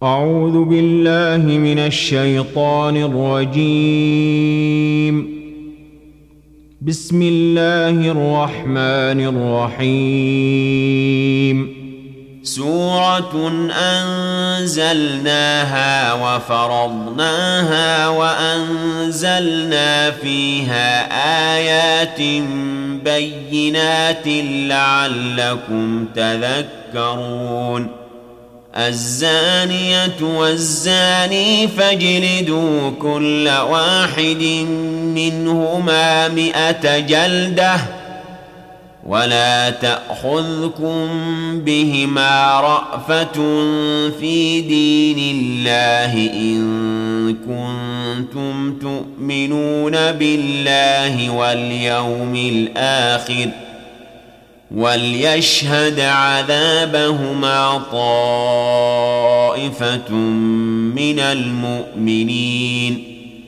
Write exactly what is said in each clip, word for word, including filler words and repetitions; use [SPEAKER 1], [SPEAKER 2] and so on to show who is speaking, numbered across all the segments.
[SPEAKER 1] أعوذ بالله من الشيطان الرجيم. بسم الله الرحمن الرحيم.
[SPEAKER 2] سورة أنزلناها وفرضناها وأنزلنا فيها آيات بينات لعلكم تذكرون. الزانية والزاني فاجلدوا كل واحد منهما مئة جلدة ولا تأخذكم بهما رأفة في دين الله إن كنتم تؤمنون بالله واليوم الآخر وليشهد عذابهما طائفة من المؤمنين.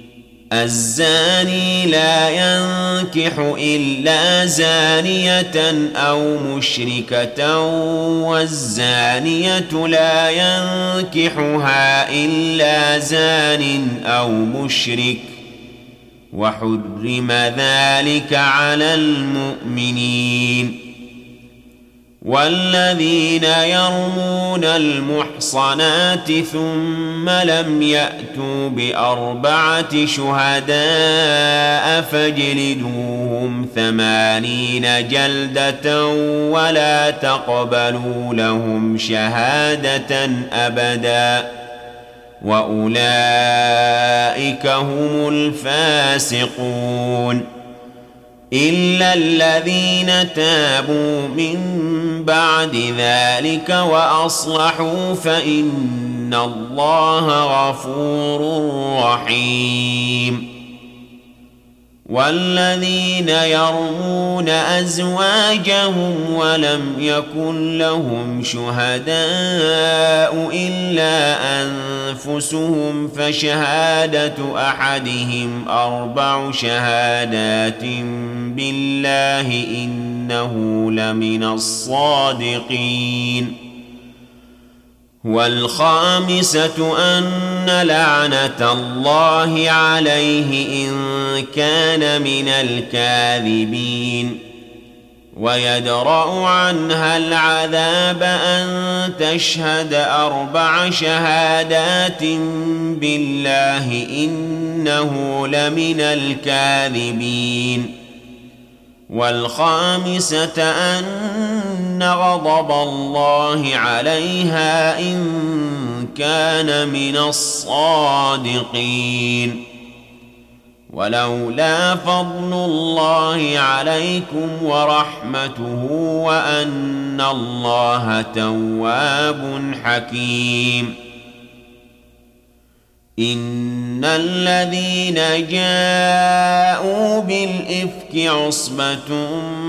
[SPEAKER 2] الزاني لا ينكح إلا زانية أو مشركة والزانية لا ينكحها إلا زان أو مشرك وحرم ذلك على المؤمنين. والذين يرمون المحصنات ثم لم يأتوا بأربعة شهداء فاجلدوهم ثمانين جلدة ولا تقبلوا لهم شهادة أبدا وأولئك هم الفاسقون. إلا الذين تابوا من بعد ذلك وأصلحوا فإن الله غفور رحيم. والذين يرمون أزواجهم ولم يكن لهم شهداء إلا أنفسهم فشهادة أحدهم أربع شهادات بالله إنه لمن الصادقين. والخامسة أن لعنة الله عليه إن كان من الكاذبين. ويدرأ عنها العذاب أن تشهد أربع شهادات بالله إنه لمن الكاذبين. والخامسة أن غضب الله عليها إن كان من الصادقين. ولولا فضل الله عليكم ورحمته وأن الله تواب حكيم. إن الذين جاءوا بالإفك عصبة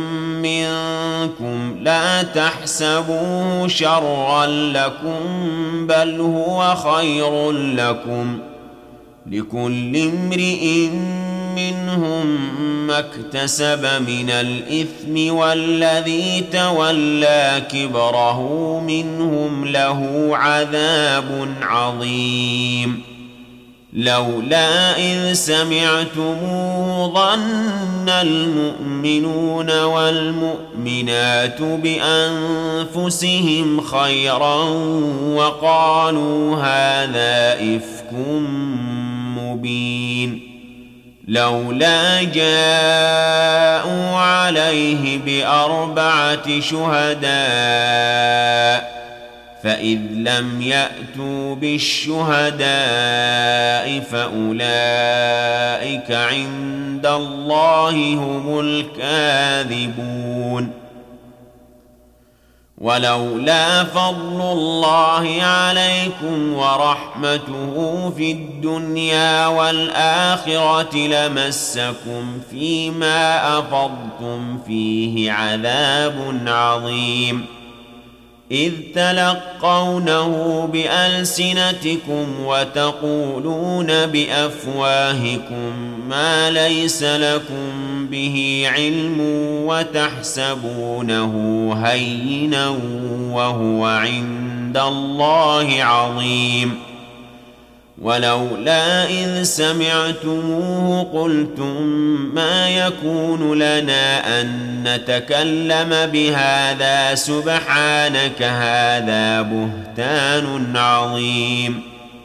[SPEAKER 2] منكم لا تحسبوه شرا لكم بل هو خير لكم. لكل امرئ منهم ما اكتسب من الإثم والذي تولى كبره منهم له عذاب عظيم. لولا إذ سمعتموه ظن المؤمنون والمؤمنات بأنفسهم خيرا وقالوا هذا إفك مبين. لولا جاءوا عليه بأربعة شهداء فإذ لم يأتوا بالشهداء فأولئك عند الله هم الكاذبون. ولولا فضل الله عليكم ورحمته في الدنيا والآخرة لمسكم فيما أفضتم فيه عذاب عظيم. إذ تلقونه بألسنتكم وتقولون بأفواهكم ما ليس لكم به علم وتحسبونه هينا وهو عند عند الله عظيم. ولولا إذ سمعتموه قلتم ما يكون لنا أن نتكلم بهذا سبحانك هذا بهتان عظيم.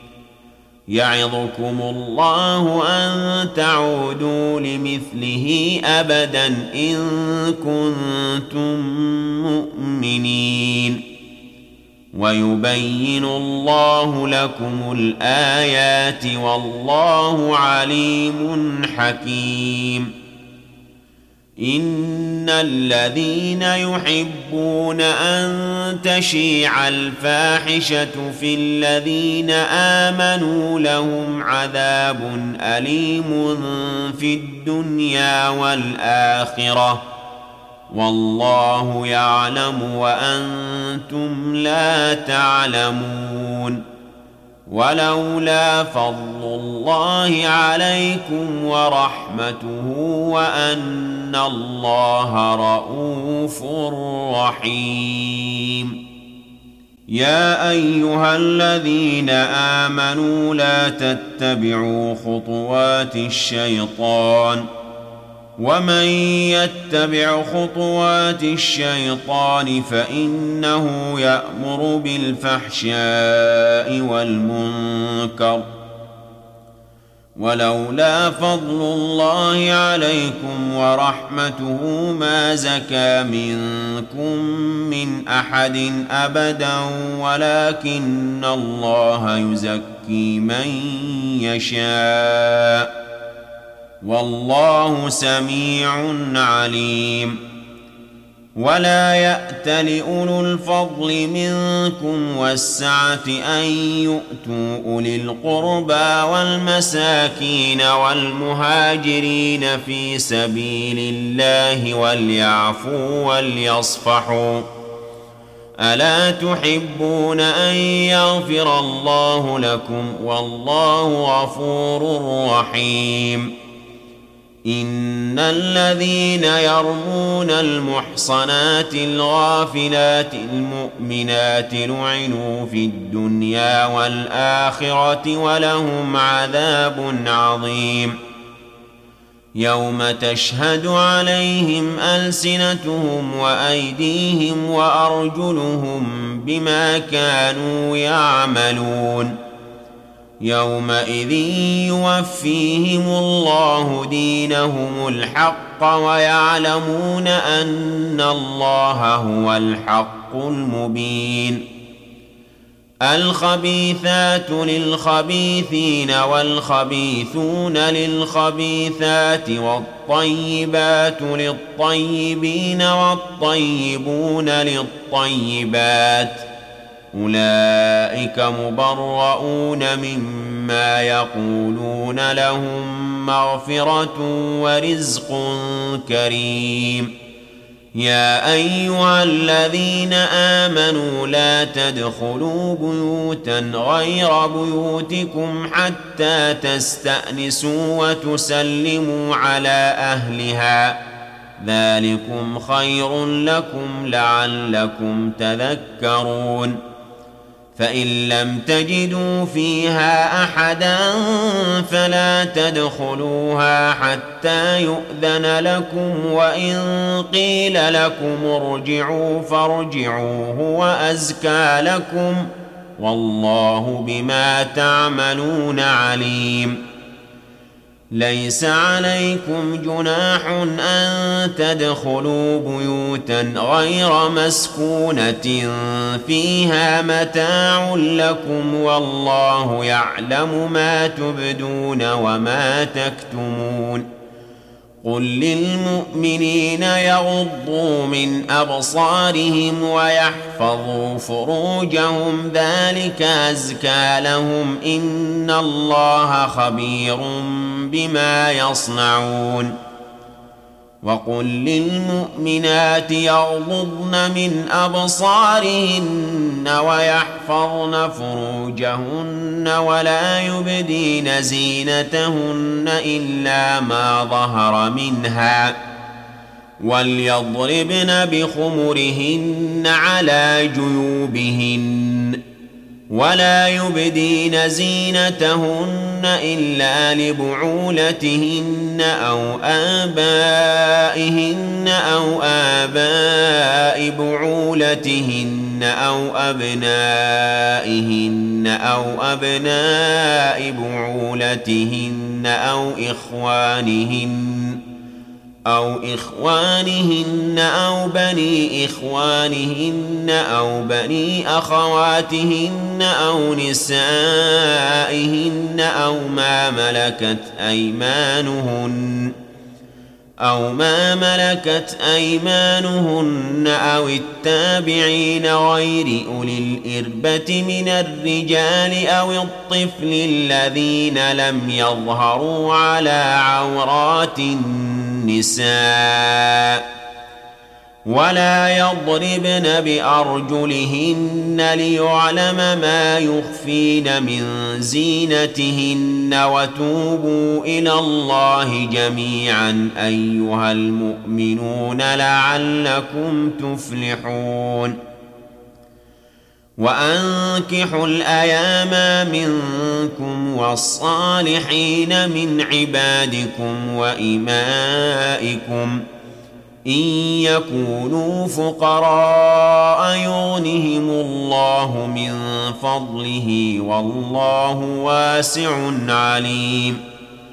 [SPEAKER 2] يعظكم الله أن تعودوا لمثله أبدا إن كنتم مؤمنين. ويبين الله لكم الآيات والله عليم حكيم. إن الذين يحبون أن تشيع الفاحشة في الذين آمنوا لهم عذاب أليم في الدنيا والآخرة والله يعلم وأنتم لا تعلمون. ولولا فضل الله عليكم ورحمته وأن الله رؤوف رحيم. يا أيها الذين آمنوا لا تتبعوا خطوات الشيطان ومن يتبع خطوات الشيطان فإنه يأمر بالفحشاء والمنكر. ولولا فضل الله عليكم ورحمته ما زكى منكم من أحد أبدا ولكن الله يزكي من يشاء والله سميع عليم. ولا يأت لأولو الفضل منكم والسعة أن يؤتوا أولي القربى والمساكين والمهاجرين في سبيل الله وليعفوا وليصفحوا. ألا تحبون أن يغفر الله لكم والله غفور رحيم. إن الذين يرمون المحصنات الغافلات المؤمنات لعنوا في الدنيا والآخرة ولهم عذاب عظيم. يوم تشهد عليهم ألسنتهم وأيديهم وأرجلهم بما كانوا يعملون. يومئذ يوفيهم الله دينهم الحق ويعلمون أن الله هو الحق المبين. الخبيثات للخبيثين والخبيثون للخبيثات والطيبات للطيبين والطيبون للطيبات أولئك مبرؤون مما يقولون لهم مغفرة ورزق كريم. يا أيها الذين آمنوا لا تدخلوا بيوتا غير بيوتكم حتى تستأنسوا وتسلموا على أهلها ذلكم خير لكم لعلكم تذكرون. فإن لم تجدوا فيها أحدا فلا تدخلوها حتى يؤذن لكم وإن قيل لكم ارجعوا فارجعوا هو أزكى لكم والله بما تعملون عليم. ليس عليكم جناح أن تدخلوا بيوتا غير مسكونة فيها متاع لكم والله يعلم ما تبدون وما تكتمون. قل للمؤمنين يغضوا من أبصارهم ويحفظوا فروجهم ذلك أزكى لهم إن الله خبير بما يصنعون. وقل للمؤمنات يغضضن من أبصارهن ويحفظن فروجهن ولا يبدين زينتهن إلا ما ظهر منها وليضربن بخمرهن على جيوبهن ولا يبدين زينتهن إلا لبعولتهن أو آبائهن أو آباء بعولتهن أو أبنائهن أو أبناء بعولتهن أو إخوانهن أو إخوانهن أو بني إخوانهن أو بني أخواتهن أو نسائهن أو ما ملكت أيمانهن أو ما ملكت أيمانهن أو التابعين غير أولي الإربة من الرجال أو الطفل الذين لم يظهروا على عورات النساء ولا يضربن بأرجلهن ليعلم ما يخفين من زينتهن وتوبوا إلى الله جميعا أيها المؤمنون لعلكم تفلحون وأنكحوا الأيام منكم والصالحين من عبادكم وإمائكم إن يكونوا فقراء يغنهم الله من فضله والله واسع عليم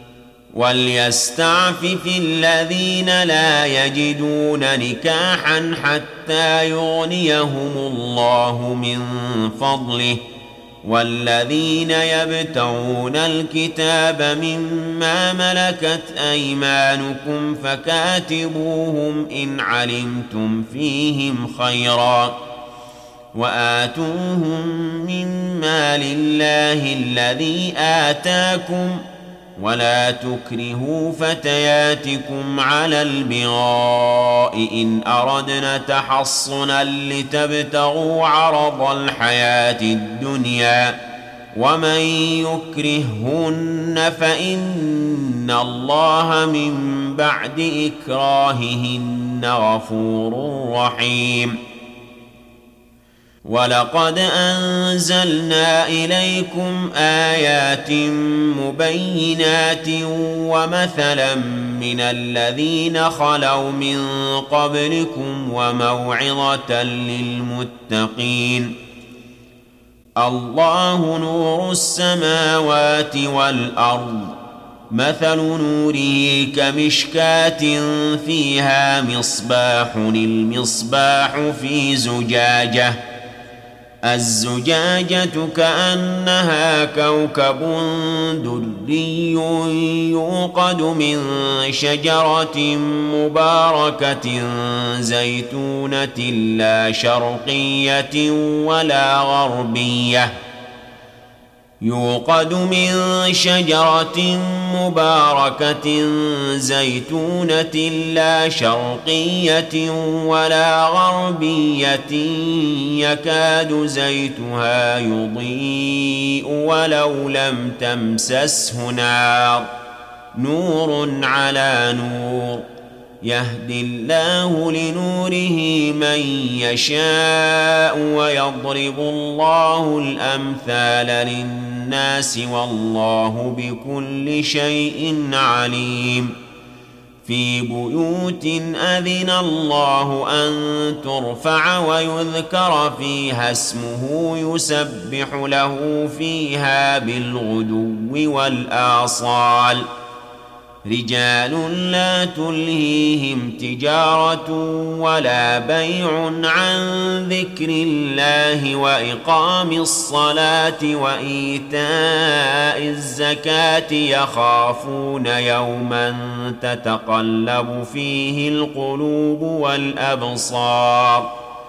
[SPEAKER 2] وليستعفف الذين لا يجدون نكاحا حتى يغنيهم الله من فضله والذين يبتغون الكتاب مما ملكت أيمانكم فكاتبوهم إن علمتم فيهم خيرا وآتوهم من مال الله الذي آتاكم ولا تكرهوا فتياتكم على البغاء إن أردنا تحصنا لتبتغوا عرض الحياة الدنيا ومن يكرهن فإن الله من بعد إكراههن غفور رحيم ولقد أنزلنا إليكم آيات مبينات ومثلا من الذين خلوا من قبلكم وموعظة للمتقين الله نور السماوات والأرض مثل نوره كمشكاة فيها مصباح المصباح في زجاجة الزجاجة كأنها كوكب دري يوقد من شجرة مباركة زيتونة لا شرقية ولا غربية يوقد من شجرة مباركة زيتونة لا شرقية ولا غربية يكاد زيتها يضيء ولو لم تمسسه نار نور على نور يهدي الله لنوره من يشاء ويضرب الله الأمثال للناس والله بكل شيء عليم في بيوت أذن الله أن ترفع ويذكر فيها اسمه يسبح له فيها بالغدو والآصال رجال لا تلهيهم تجارة ولا بيع عن ذكر الله وإقام الصلاة وإيتاء الزكاة يخافون يوما تتقلب فيه القلوب والأبصار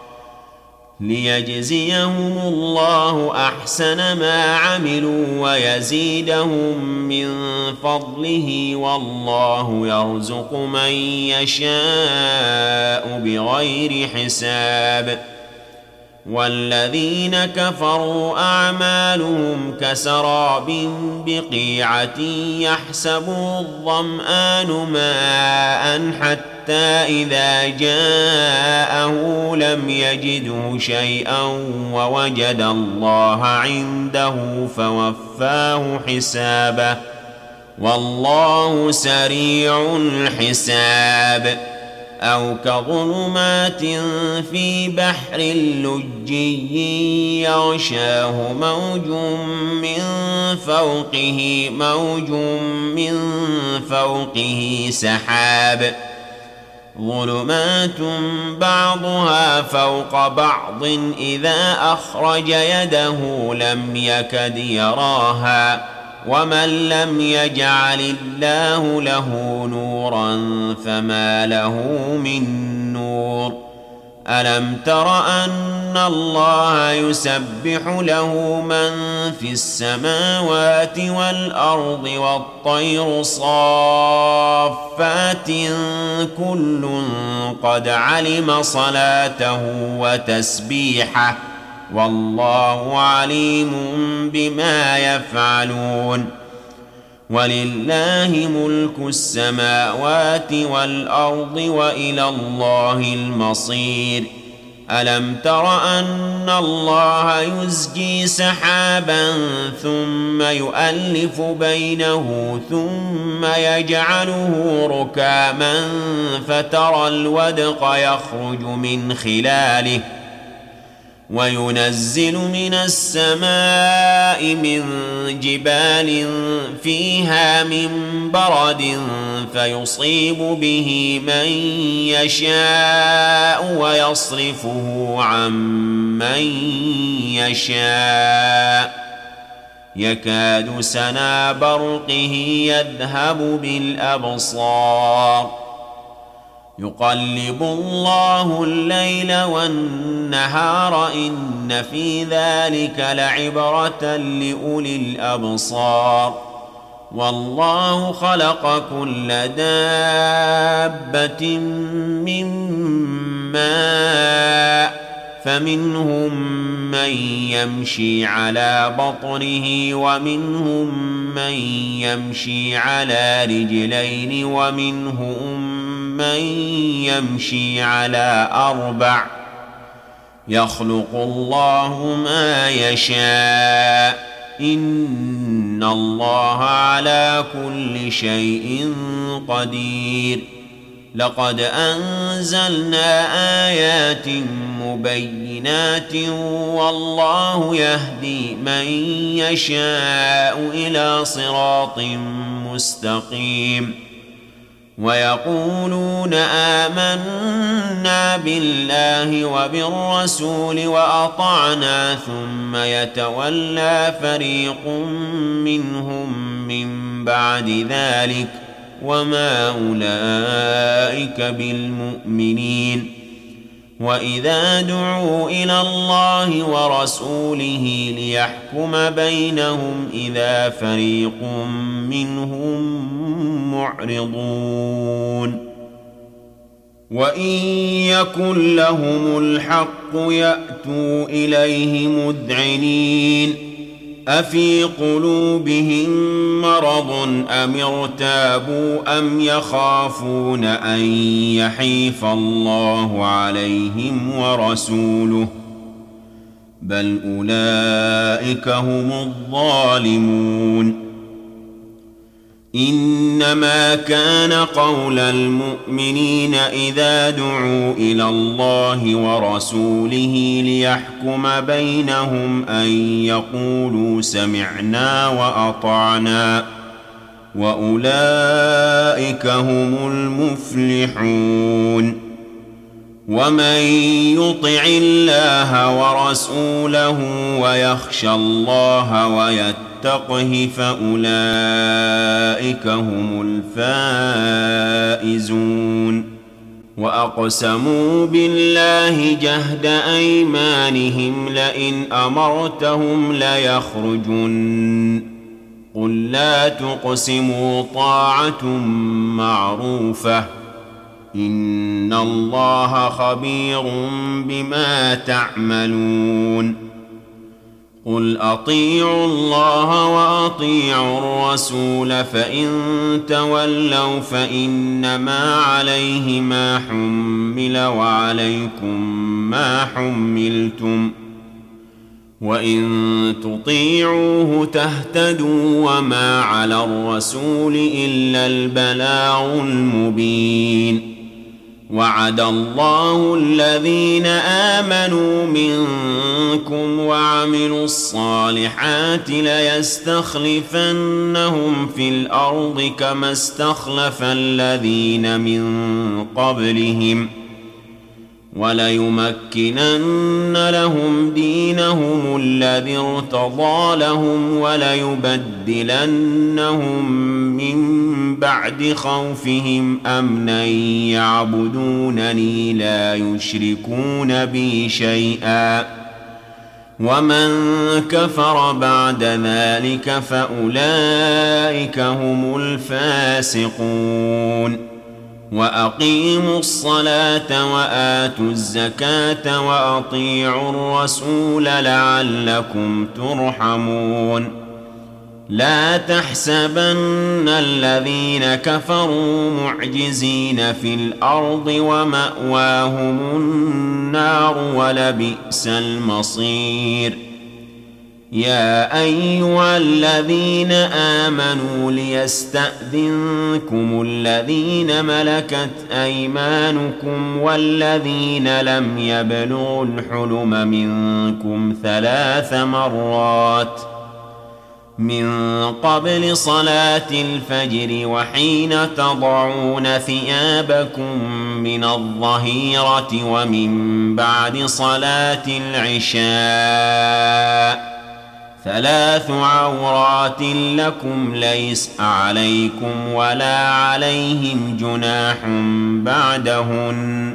[SPEAKER 2] ليجزيهم الله أحسن ما عملوا ويزيدهم من فضله والله يرزق من يشاء بغير حساب والذين كفروا أعمالهم كسراب بقيعة يحسبه الظمآن ماء حتى إذا جاءه لم يجده شيئا ووجد الله عنده فوفاه حسابه والله سريع الحساب. أو كظلمات في بحر لجي يغشاه موج من فوقه موج من فوقه سحاب ظلمات بعضها فوق بعض إذا أخرج يده لم يكد يراها ومن لم يجعل الله له نورا فما له من نور. ألم تر أن الله يسبح له من في السماوات والأرض والطير صافات كل قد علم صلاته وتسبيحه والله عليم بما يفعلون. ولله ملك السماوات والأرض وإلى الله المصير. ألم تر أن الله يزجي سحابا ثم يؤلف بينه ثم يجعله ركاما فترى الودق يخرج من خلاله وينزل من السماء من جبال فيها من برد فيصيب به من يشاء ويصرفه عن من يشاء يكاد سنا برقه يذهب بالأبصار. يقلب الله الليل والنهار إن في ذلك لعبرة لأولي الأبصار. والله خلق كل دابة من ماء فمنهم من يمشي على بطنه ومنهم من يمشي على رجلين ومنهم من يمشي على أربع يخلق الله ما يشاء إن الله على كل شيء قدير. لقد أنزلنا آيات مبينات والله يهدي من يشاء إلى صراط مستقيم. ويقولون آمنا بالله وبالرسول وأطعنا ثم يتولى فريق منهم من بعد ذلك وما أولئك بالمؤمنين. وإذا دعوا إلى الله ورسوله ليحكم بينهم إذا فريق منهم معرضون. وإن يكن لهم الحق يأتوا إليه مذعنين. أفي قلوبهم مرض أم ارتابوا أم يخافون أن يحيف الله عليهم ورسوله بل أولئك هم الظالمون. إنما كان قول المؤمنين إذا دعوا إلى الله ورسوله ليحكم بينهم أن يقولوا سمعنا وأطعنا وأولئك هم المفلحون. ومن يطع الله ورسوله ويخشى الله ويتقه فأولئك هم الفائزون. وأقسموا بالله جهد أيمانهم لئن أمرتهم ليخرجن قل لا تقسموا طاعة معروفة إن الله خبير بما تعملون قل أطيعوا الله وأطيعوا الرسول فإن تولوا فإنما عليه ما حمل وعليكم ما حملتم وإن تطيعوه تهتدوا وما على الرسول إلا البلاغ المبين وعد الله الذين آمنوا منكم وعملوا الصالحات ليستخلفنهم في الأرض كما استخلف الذين من قبلهم وليمكنن لهم دينهم الذي ارتضى لهم وليبدلنهم من بعد خوفهم أمنا يعبدونني لا يشركون بي شيئا ومن كفر بعد ذلك فأولئك هم الفاسقون وأقيموا الصلاة وآتوا الزكاة وأطيعوا الرسول لعلكم ترحمون لا تحسبن الذين كفروا معجزين في الأرض ومأواهم النار ولبئس المصير يا أيها الذين آمنوا ليستأذنكم الذين ملكت أيمانكم والذين لم يبلغوا الحلم منكم ثلاث مرات من قبل صلاة الفجر وحين تضعون ثيابكم من الظهيرة ومن بعد صلاة العشاء ثلاث عورات لكم ليس عليكم ولا عليهم جناح بعدهن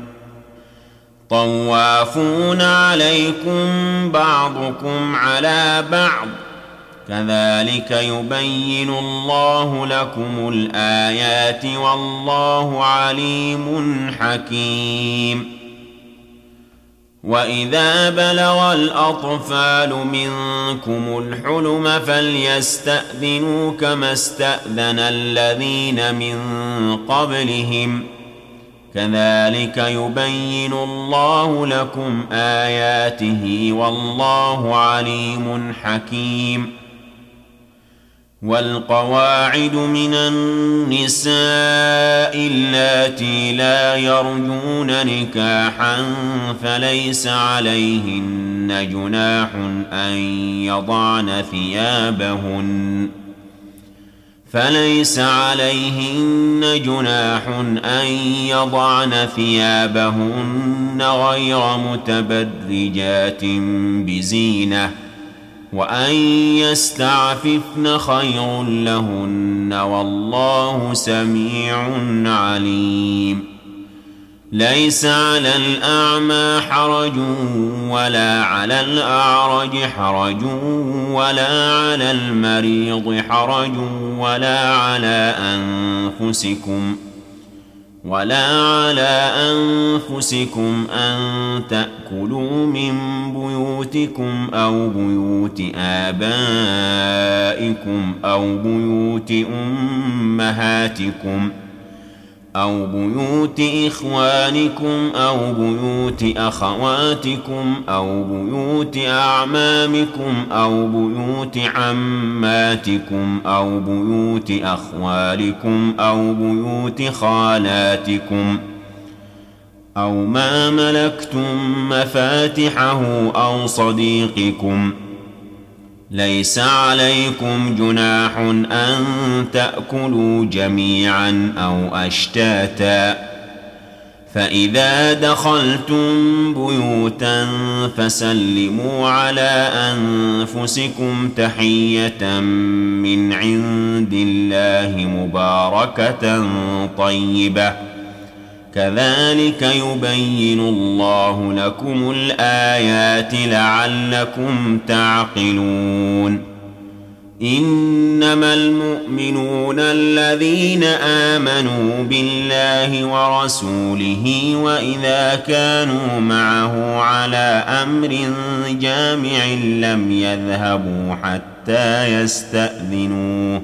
[SPEAKER 2] طوافون عليكم بعضكم على بعض كذلك يبين الله لكم الآيات والله عليم حكيم وإذا بلغ الأطفال منكم الحلم فليستأذنوا كما استأذن الذين من قبلهم كذلك يبين الله لكم آياته والله عليم حكيم والقواعد من النساء اللاتي لا يرجون نكاحا فليس عليهن جناح أن يضعن ثيابهن فليس عليهن جناح أن يضعن ثيابهن غير متبرجات بزينة وأن يستعففن خير لهن والله سميع عليم ليس على الأعمى حرج ولا على الأعرج حرج ولا على المريض حرج ولا على أنفسكم ولا على أنفسكم أن تأكلوا من بيوتكم أو بيوت آبائكم أو بيوت أمهاتكم أو بيوت إخوانكم أو بيوت أخواتكم أو بيوت أعمامكم أو بيوت عماتكم أو بيوت أخوالكم أو بيوت خالاتكم أو ما ملكتم مفاتحه أو صديقكم ليس عليكم جناح أن تأكلوا جميعا أو أشتاتا فإذا دخلتم بيوتا فسلموا على أنفسكم تحية من عند الله مباركة طيبة كذلك يبين الله لكم الآيات لعلكم تعقلون إنما المؤمنون الذين آمنوا بالله ورسوله وإذا كانوا معه على أمر جامع لم يذهبوا حتى يستأذنوه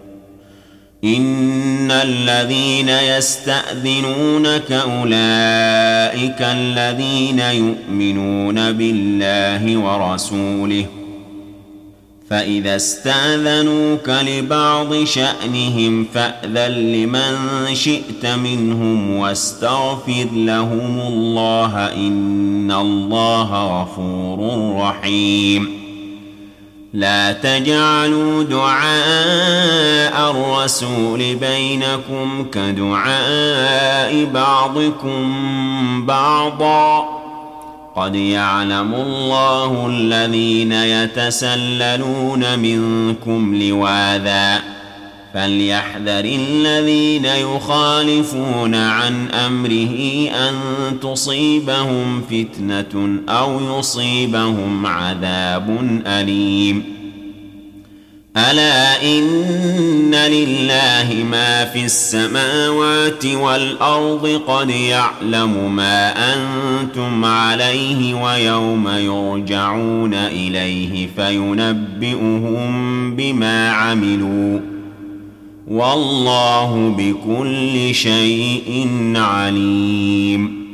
[SPEAKER 2] إن الذين يستأذنونك أولئك الذين يؤمنون بالله ورسوله فإذا استأذنوك لبعض شأنهم فأذن لمن شئت منهم واستغفر لهم الله إن الله غفور رحيم لا تجعلوا دعاء الرسول بينكم كدعاء بعضكم بعضا قد يعلم الله الذين يتسللون منكم لواذا فليحذر الذين يخالفون عن أمره أن تصيبهم فتنة أو يصيبهم عذاب أليم ألا إن لله ما في السماوات والأرض قد يعلم ما أنتم عليه ويوم يرجعون إليه فينبئهم بما عملوا والله بكل شيء عليم